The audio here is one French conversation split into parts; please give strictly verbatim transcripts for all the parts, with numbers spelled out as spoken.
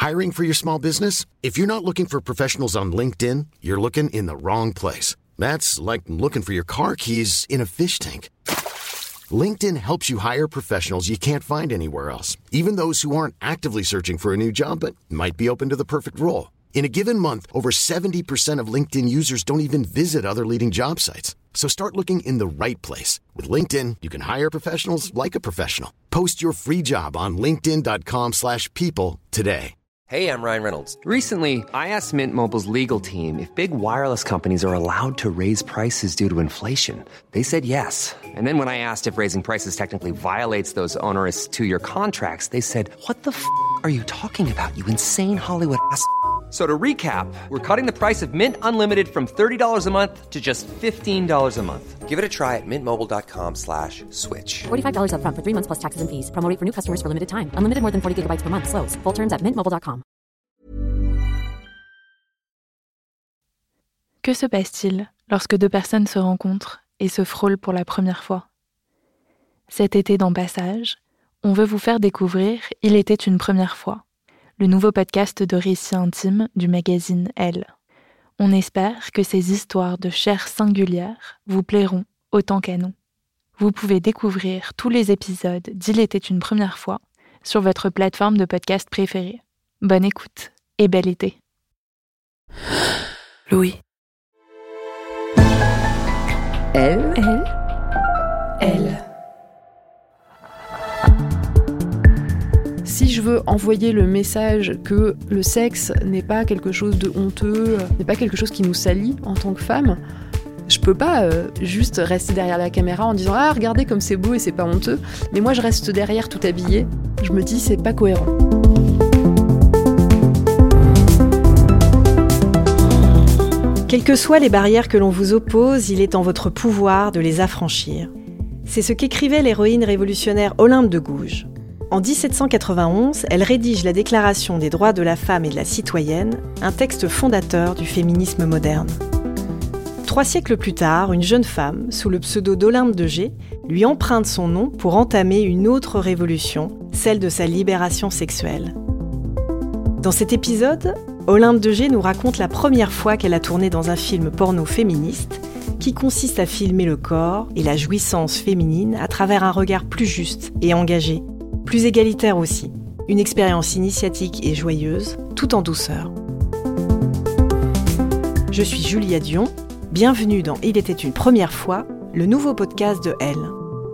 Hiring for your small business? If you're not looking for professionals on LinkedIn, you're looking in the wrong place. That's like looking for your car keys in a fish tank. LinkedIn helps you hire professionals you can't find anywhere else, even those who aren't actively searching for a new job but might be open to the perfect role. In a given month, over seventy percent of LinkedIn users don't even visit other leading job sites. So start looking in the right place. With LinkedIn, you can hire professionals like a professional. Post your free job on linkedin.com slash people today. Hey, I'm Ryan Reynolds. Recently, I asked Mint Mobile's legal team if big wireless companies are allowed to raise prices due to inflation. They said yes. And then when I asked if raising prices technically violates those onerous two-year contracts, they said, what the f*** are you talking about, you insane Hollywood ass f- So to recap, we're cutting the price of Mint Unlimited from thirty dollars a month to just fifteen dollars a month. Give it a try at mintmobile.com slash switch. forty-five dollars up front for three months plus taxes and fees. Promo rate for new customers for limited time. Unlimited more than forty gigabytes per month. Slows full terms at mint mobile dot com. Que se passe-t-il lorsque deux personnes se rencontrent et se frôlent pour la première fois ? Cet été dans Passage, on veut vous faire découvrir « Il était une première fois », le nouveau podcast de récits intimes du magazine Elle. On espère que ces histoires de chair singulière vous plairont autant qu'à nous. Vous pouvez découvrir tous les épisodes d'Il était une première fois sur votre plateforme de podcast préférée. Bonne écoute et bel été. Louis. Elle. Elle. Elle. Si je veux envoyer le message que le sexe n'est pas quelque chose de honteux, n'est pas quelque chose qui nous salit en tant que femme, je peux pas euh, juste rester derrière la caméra en disant « Ah, regardez comme c'est beau et c'est pas honteux », mais moi je reste derrière tout habillée. Je me dis « C'est pas cohérent ». Quelles que soient les barrières que l'on vous oppose, il est en votre pouvoir de les affranchir. C'est ce qu'écrivait l'héroïne révolutionnaire Olympe de Gouges. En dix-sept cent quatre-vingt-onze, elle rédige la Déclaration des droits de la femme et de la citoyenne, un texte fondateur du féminisme moderne. Trois siècles plus tard, une jeune femme, sous le pseudo d'Olympe de G, lui emprunte son nom pour entamer une autre révolution, celle de sa libération sexuelle. Dans cet épisode, Olympe de G nous raconte la première fois qu'elle a tourné dans un film porno féministe qui consiste à filmer le corps et la jouissance féminine à travers un regard plus juste et engagé, plus égalitaire aussi. Une expérience initiatique et joyeuse, tout en douceur. Je suis Julia Dion, bienvenue dans Il était une première fois, le nouveau podcast de Elle.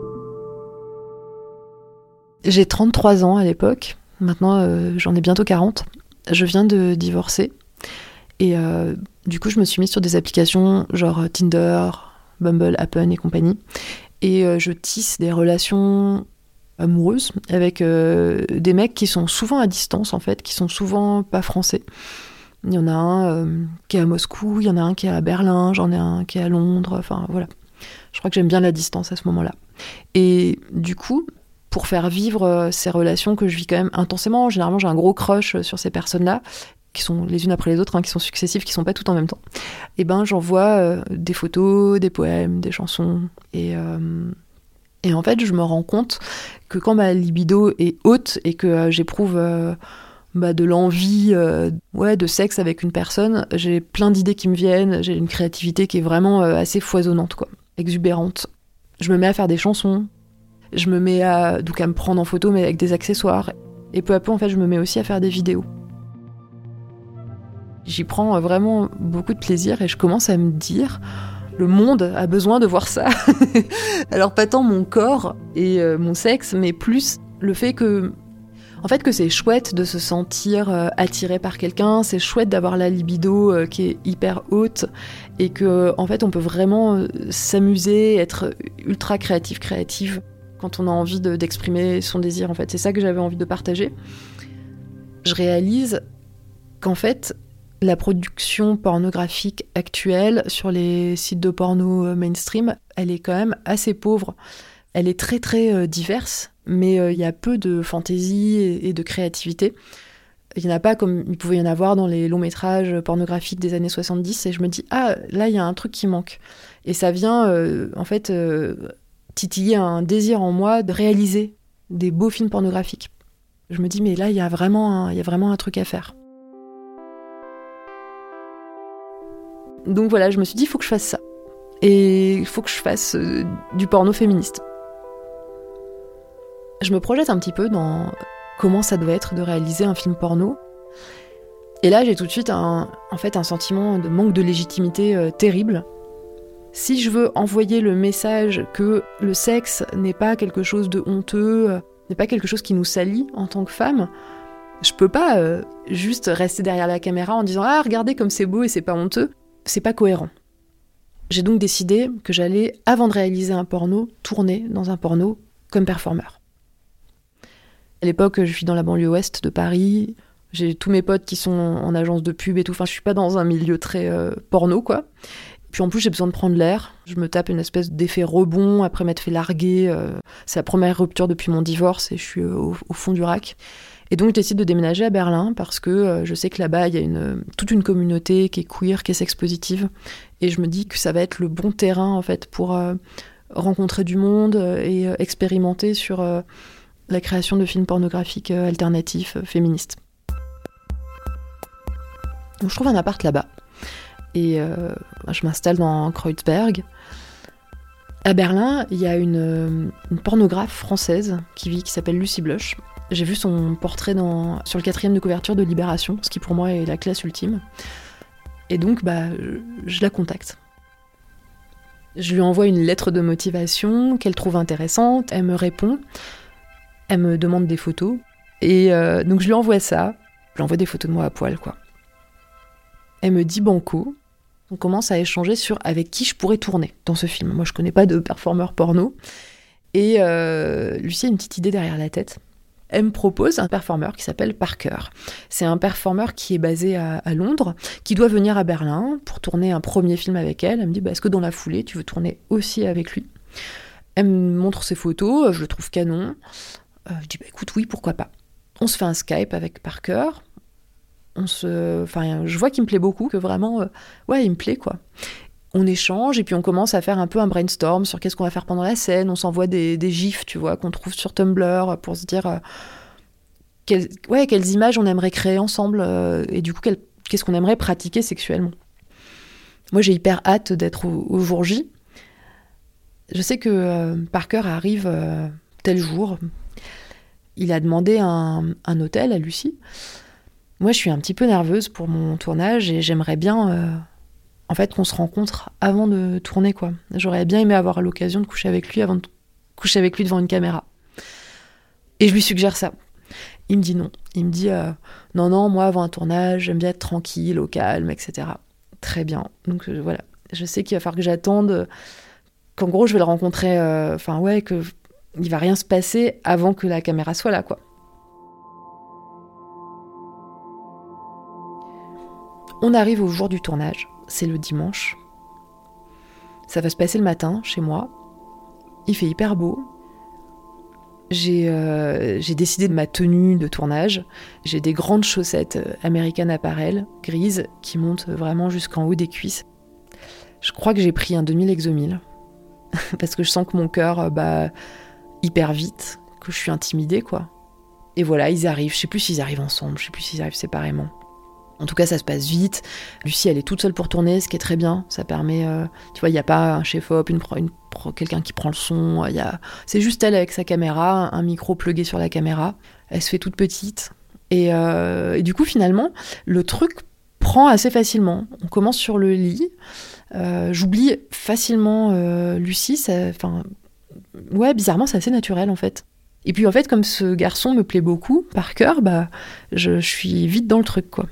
J'ai trente-trois ans à l'époque, maintenant euh, j'en ai bientôt quarante. Je viens de divorcer et euh, du coup je me suis mise sur des applications genre Tinder, Bumble, Happn et compagnie et euh, je tisse des relations amoureuses avec euh, des mecs qui sont souvent à distance en fait, qui sont souvent pas français. Il y en a un euh, qui est à Moscou, il y en a un qui est à Berlin, j'en ai un qui est à Londres, enfin voilà. Je crois que j'aime bien la distance à ce moment-là. Et du coup, pour faire vivre euh, ces relations que je vis quand même intensément, généralement j'ai un gros crush sur ces personnes-là, qui sont les unes après les autres, hein, qui sont successives, qui sont pas toutes en même temps. Et ben j'envoie euh, des photos, des poèmes, des chansons, et, euh, et en fait je me rends compte que quand ma libido est haute et que euh, j'éprouve euh, bah, de l'envie euh, ouais, de sexe avec une personne, j'ai plein d'idées qui me viennent, j'ai une créativité qui est vraiment euh, assez foisonnante, quoi, exubérante. Je me mets à faire des chansons, je me mets à, donc à me prendre en photo mais avec des accessoires, et peu à peu en fait je me mets aussi à faire des vidéos. J'y prends vraiment beaucoup de plaisir et je commence à me dire le monde a besoin de voir ça. Alors pas tant mon corps et euh, mon sexe, mais plus le fait que en fait que c'est chouette de se sentir euh, attiré par quelqu'un, c'est chouette d'avoir la libido euh, qui est hyper haute et que en fait on peut vraiment euh, s'amuser, être ultra créatif, créative quand on a envie de, d'exprimer son désir. En fait, c'est ça que j'avais envie de partager. Je réalise qu'en fait la production pornographique actuelle sur les sites de porno mainstream, elle est quand même assez pauvre. Elle est très très euh, diverse, mais il euh, y a peu de fantaisie et, et de créativité. Il n'y en a pas comme il pouvait y en avoir dans les longs métrages pornographiques des années soixante-dix, et je me dis « Ah, là, il y a un truc qui manque ». Et ça vient, euh, en fait, euh, titiller un désir en moi de réaliser des beaux films pornographiques. Je me dis, mais là, il y a vraiment un, il y a vraiment un truc à faire. Donc voilà, je me suis dit, il faut que je fasse ça. Et il faut que je fasse euh, du porno féministe. Je me projette un petit peu dans comment ça doit être de réaliser un film porno. Et là, j'ai tout de suite un, en fait, un sentiment de manque de légitimité euh, terrible. Si je veux envoyer le message que le sexe n'est pas quelque chose de honteux, euh, n'est pas quelque chose qui nous salit en tant que femme, je peux pas euh, juste rester derrière la caméra en disant « Ah, regardez comme c'est beau et c'est pas honteux ». C'est pas cohérent. J'ai donc décidé que j'allais, avant de réaliser un porno, tourner dans un porno comme performeur. À l'époque, je suis dans la banlieue ouest de Paris. J'ai tous mes potes qui sont en agence de pub et tout. Enfin, je suis pas dans un milieu très euh, porno, quoi. Puis en plus, j'ai besoin de prendre l'air. Je me tape une espèce d'effet rebond après m'être fait larguer. Euh, c'est la première rupture depuis mon divorce et je suis euh, au, au fond du rack. Et donc, je décide de déménager à Berlin parce que euh, je sais que là-bas, il y a une, toute une communauté qui est queer, qui est sex-positive. Et je me dis que ça va être le bon terrain, en fait, pour euh, rencontrer du monde et euh, expérimenter sur euh, la création de films pornographiques euh, alternatifs, euh, féministes. Donc, je trouve un appart là-bas. Et euh, je m'installe dans Kreuzberg. À Berlin, il y a une, une pornographe française qui vit, qui s'appelle Lucy Blush. J'ai vu son portrait dans, sur le quatrième de couverture de Libération, ce qui pour moi est la classe ultime. Et donc, bah, je, je la contacte. Je lui envoie une lettre de motivation qu'elle trouve intéressante. Elle me répond. Elle me demande des photos. Et euh, donc, je lui envoie ça. Je lui envoie des photos de moi à poil, quoi. Elle me dit banco. On commence à échanger sur avec qui je pourrais tourner dans ce film. Moi, je connais pas de performeur porno. Et euh, Lucie a une petite idée derrière la tête. Elle me propose un performeur qui s'appelle Parker. C'est un performeur qui est basé à, à Londres, qui doit venir à Berlin pour tourner un premier film avec elle. Elle me dit, bah, est-ce que dans la foulée, tu veux tourner aussi avec lui ? Elle me montre ses photos, je le trouve canon. Euh, je dis, bah, écoute, oui, pourquoi pas. On se fait un Skype avec Parker. On se... Enfin, je vois qu'il me plaît beaucoup, que vraiment, euh, ouais, il me plaît, quoi. On échange et puis on commence à faire un peu un brainstorm sur qu'est-ce qu'on va faire pendant la scène. On s'envoie des, des gifs, tu vois, qu'on trouve sur Tumblr pour se dire euh, quelles, ouais, quelles images on aimerait créer ensemble euh, et du coup, quel, qu'est-ce qu'on aimerait pratiquer sexuellement. Moi, j'ai hyper hâte d'être au, au jour J. Je sais que euh, Parker arrive euh, tel jour. Il a demandé un, un hôtel à Lucie. Moi, je suis un petit peu nerveuse pour mon tournage et j'aimerais bien... Euh, En fait, qu'on se rencontre avant de tourner, quoi. J'aurais bien aimé avoir l'occasion de coucher avec lui avant de coucher avec lui devant une caméra. Et je lui suggère ça. Il me dit non. Il me dit euh, non, non, moi, avant un tournage, j'aime bien être tranquille, au calme, et cetera. Très bien. Donc euh, voilà. Je sais qu'il va falloir que j'attende, qu'en gros, je vais le rencontrer, enfin, euh, ouais, qu'il va rien se passer avant que la caméra soit là, quoi. On arrive au jour du tournage. C'est le dimanche. Ça va se passer le matin, chez moi. Il fait hyper beau. J'ai, euh, j'ai décidé de ma tenue de tournage. J'ai des grandes chaussettes American Apparel, grises, qui montent vraiment jusqu'en haut des cuisses. Je crois que j'ai pris un demi-lexomil. Parce que je sens que mon cœur bat hyper vite, que je suis intimidée, quoi. Et voilà, ils arrivent. Je sais plus s'ils arrivent ensemble, je sais plus s'ils arrivent séparément. En tout cas, ça se passe vite. Lucie, elle est toute seule pour tourner, ce qui est très bien. Ça permet, euh, tu vois, il n'y a pas un chef-op, une, une, quelqu'un qui prend le son. Y a... C'est juste elle avec sa caméra, un micro plugué sur la caméra. Elle se fait toute petite. Et, euh, et du coup, finalement, le truc prend assez facilement. On commence sur le lit. Euh, j'oublie facilement euh, Lucie. Ça, ouais, bizarrement, c'est assez naturel, en fait. Et puis, en fait, comme ce garçon me plaît beaucoup, Parker, bah, je, je suis vite dans le truc, quoi.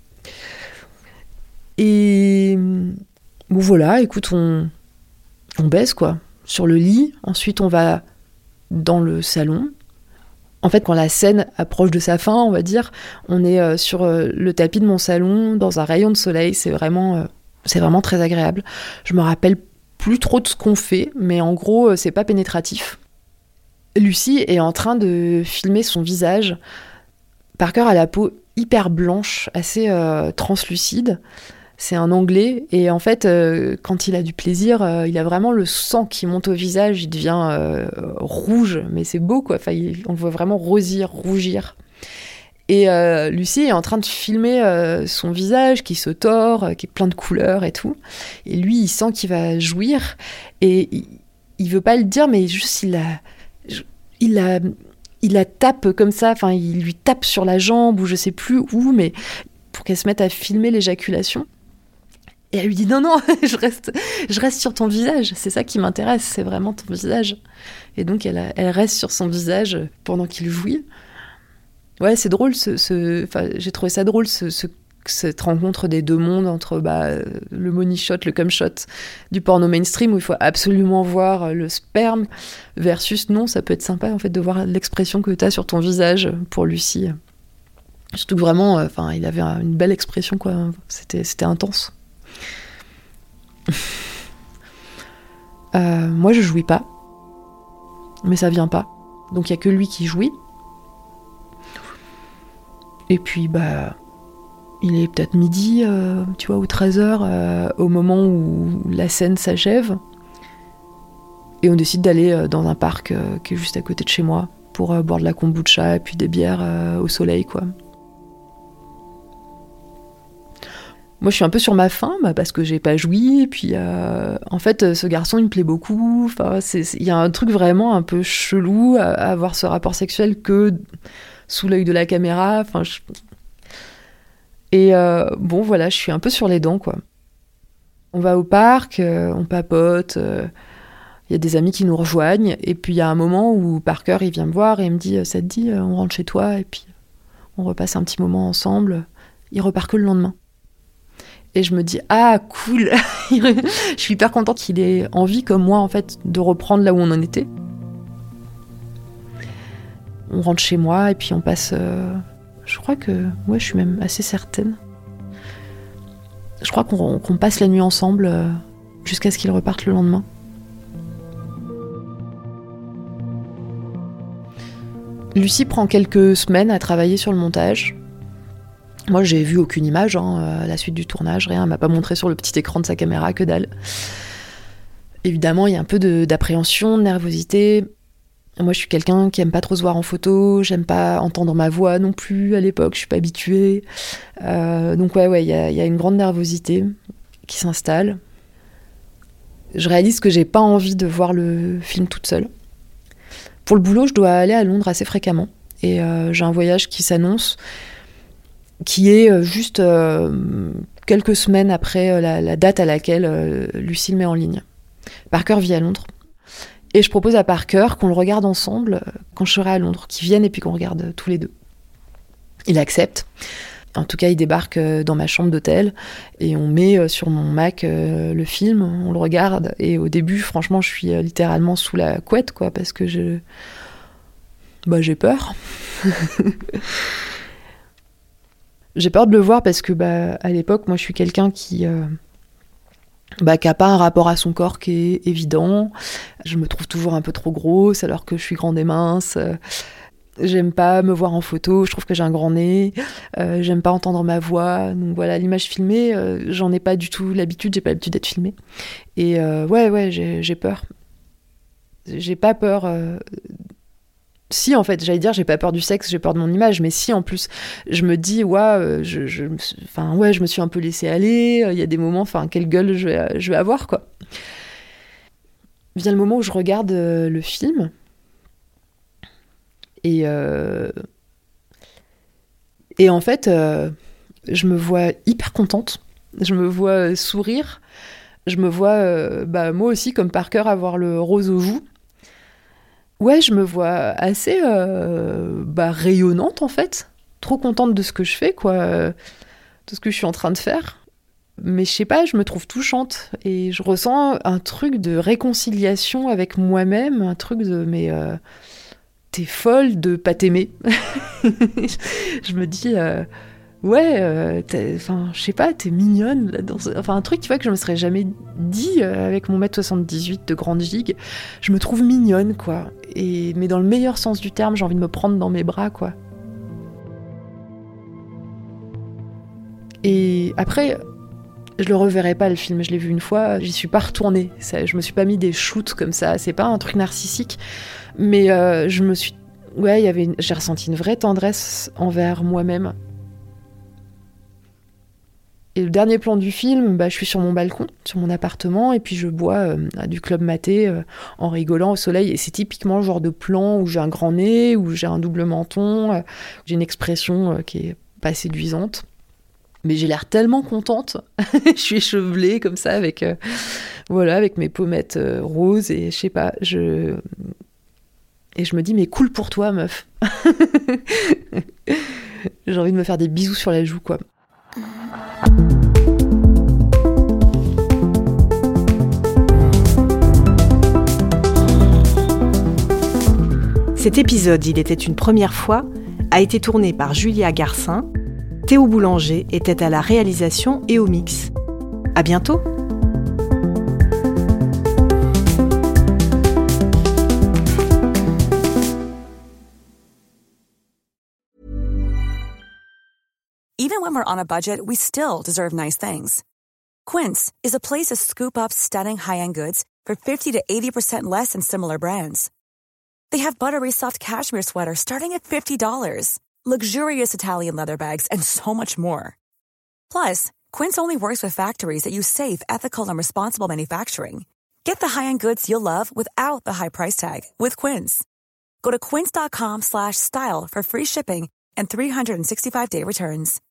Et bon voilà, écoute, on, on baisse quoi, sur le lit. Ensuite, on va dans le salon. En fait, quand la scène approche de sa fin, on va dire, on est euh, sur euh, le tapis de mon salon, dans un rayon de soleil. C'est vraiment, euh, c'est vraiment très agréable. Je me rappelle plus trop de ce qu'on fait, mais en gros, euh, c'est pas pénétratif. Lucie est en train de filmer son visage. Parker a la peau hyper blanche, assez euh, translucide. C'est un Anglais, et en fait, euh, quand il a du plaisir, euh, il a vraiment le sang qui monte au visage, il devient euh, rouge, mais c'est beau, quoi. Enfin, il, on le voit vraiment rosir, rougir. Et euh, Lucie est en train de filmer euh, son visage qui se tord, euh, qui est plein de couleurs et tout. Et lui, il sent qu'il va jouir. Et il, il veut pas le dire, mais juste il la, il la, il la tape comme ça. Enfin, il lui tape sur la jambe ou je sais plus où, mais pour qu'elle se mette à filmer l'éjaculation. Et elle lui dit non, non, je reste, je reste sur ton visage. C'est ça qui m'intéresse, c'est vraiment ton visage. Et donc, elle, elle reste sur son visage pendant qu'il jouit. Ouais, c'est drôle, ce, ce, enfin, j'ai trouvé ça drôle, ce, ce, cette rencontre des deux mondes entre bah, le money shot, le cum shot du porno mainstream où il faut absolument voir le sperme versus non, ça peut être sympa en fait de voir l'expression que tu as sur ton visage pour Lucie. Surtout que vraiment, enfin, il avait une belle expression, quoi. C'était, c'était intense. euh, moi, je jouis pas, mais ça vient pas. Donc il y a que lui qui jouit. Et puis, bah, il est peut-être midi, euh, tu vois, ou treize heures, euh, au moment où la scène s'achève. Et on décide d'aller dans un parc euh, qui est juste à côté de chez moi pour euh, boire de la kombucha et puis des bières euh, au soleil, quoi. Moi, je suis un peu sur ma faim, bah, parce que j'ai pas joui. Et puis, euh, en fait, ce garçon, il me plaît beaucoup. Enfin, il y a un truc vraiment un peu chelou à, à avoir ce rapport sexuel que sous l'œil de la caméra. Enfin, je... Et euh, bon, voilà, je suis un peu sur les dents, quoi. On va au parc, euh, on papote. Il euh, y a des amis qui nous rejoignent. Et puis, il y a un moment où Parker, il vient me voir et il me dit « Ça te dit, on rentre chez toi ?» Et puis, on repasse un petit moment ensemble. Il repart que le lendemain. Et je me dis « Ah, cool !» Je suis hyper contente qu'il ait envie, comme moi, en fait, de reprendre là où on en était. On rentre chez moi et puis on passe... Euh, je crois que... Ouais, je suis même assez certaine. Je crois qu'on, qu'on passe la nuit ensemble euh, jusqu'à ce qu'il reparte le lendemain. Lucie prend quelques semaines à travailler sur le montage. Moi, j'ai vu aucune image hein, à la suite du tournage, rien. Elle m'a pas montré sur le petit écran de sa caméra, que dalle. Évidemment, il y a un peu de, d'appréhension, de nervosité. Moi, je suis quelqu'un qui aime pas trop se voir en photo, j'aime pas entendre ma voix non plus à l'époque, je suis pas habituée. Euh, donc ouais, ouais, il y a, y a une grande nervosité qui s'installe. Je réalise que j'ai pas envie de voir le film toute seule. Pour le boulot, je dois aller à Londres assez fréquemment. Et euh, j'ai un voyage qui s'annonce, qui est juste euh, quelques semaines après la, la date à laquelle euh, Lucie le met en ligne. Parker vit à Londres. Et je propose à Parker qu'on le regarde ensemble quand je serai à Londres, qu'il vienne et puis qu'on regarde tous les deux. Il accepte. En tout cas, il débarque dans ma chambre d'hôtel et on met sur mon Mac le film, on le regarde. Et au début, franchement, je suis littéralement sous la couette, quoi, parce que je... bah, j'ai peur. J'ai peur de le voir parce que, bah, à l'époque, moi, je suis quelqu'un qui... Euh... Bah, qui n'a pas un rapport à son corps qui est évident. Je me trouve toujours un peu trop grosse alors que je suis grande et mince. J'aime pas me voir en photo, je trouve que j'ai un grand nez. Euh, j'aime pas entendre ma voix. Donc voilà, l'image filmée, euh, j'en ai pas du tout l'habitude, j'ai pas l'habitude d'être filmée. Et euh, ouais, ouais, j'ai, j'ai peur. J'ai pas peur... Euh... Si, en fait, j'allais dire, j'ai pas peur du sexe, j'ai peur de mon image, mais si, en plus, je me dis, ouais, je, je, enfin, ouais, je me suis un peu laissée aller, il y a des moments, enfin, quelle gueule je vais, je vais avoir, quoi. Vient le moment où je regarde euh, le film, et, euh, et en fait, euh, je me vois hyper contente, je me vois sourire, je me vois, euh, bah, moi aussi, comme Parker, avoir le rose aux joues. Ouais, je me vois assez euh, bah, rayonnante, en fait. Trop contente de ce que je fais, quoi. De ce que je suis en train de faire. Mais je sais pas, je me trouve touchante. Et je ressens un truc de réconciliation avec moi-même. Un truc de... Mais euh, t'es folle de pas t'aimer. Je me dis... Euh, ouais, euh, enfin, je sais pas, t'es mignonne. Là, dans ce... Enfin, un truc, tu vois, que je me serais jamais dit euh, avec mon un mètre soixante-dix-huit de grande gigue. Je me trouve mignonne, quoi. Et... Mais dans le meilleur sens du terme, j'ai envie de me prendre dans mes bras, quoi. Et après, je le reverrai pas, le film. Je l'ai vu une fois, j'y suis pas retournée. Ça, je me suis pas mis des shoots comme ça. C'est pas un truc narcissique. Mais euh, je me suis... ouais, il y avait une... j'ai ressenti une vraie tendresse envers moi-même. Et le dernier plan du film, bah, je suis sur mon balcon, sur mon appartement, et puis je bois euh, du Club Maté euh, en rigolant au soleil. Et c'est typiquement le genre de plan où j'ai un grand nez, où j'ai un double menton, euh, j'ai une expression euh, qui est pas séduisante. Mais j'ai l'air tellement contente. Je suis échevelée comme ça, avec, euh, voilà, avec mes pommettes euh, roses, et je sais pas, je... Et je me dis, mais cool pour toi, meuf. J'ai envie de me faire des bisous sur la joue, quoi. Cet épisode, Il était une première fois, a été tourné par Julia Garcin. Théo Boulanger était à la réalisation et au mix. À bientôt! Even when we're on a budget, we still deserve nice things. Quince is a place to scoop up stunning high-end goods for fifty to eighty percent less than similar brands. They have buttery soft cashmere sweaters starting at fifty dollars, luxurious Italian leather bags, and so much more. Plus, Quince only works with factories that use safe, ethical, and responsible manufacturing. Get the high-end goods you'll love without the high price tag with Quince. Go to quince.com slash style for free shipping and three sixty-five day returns.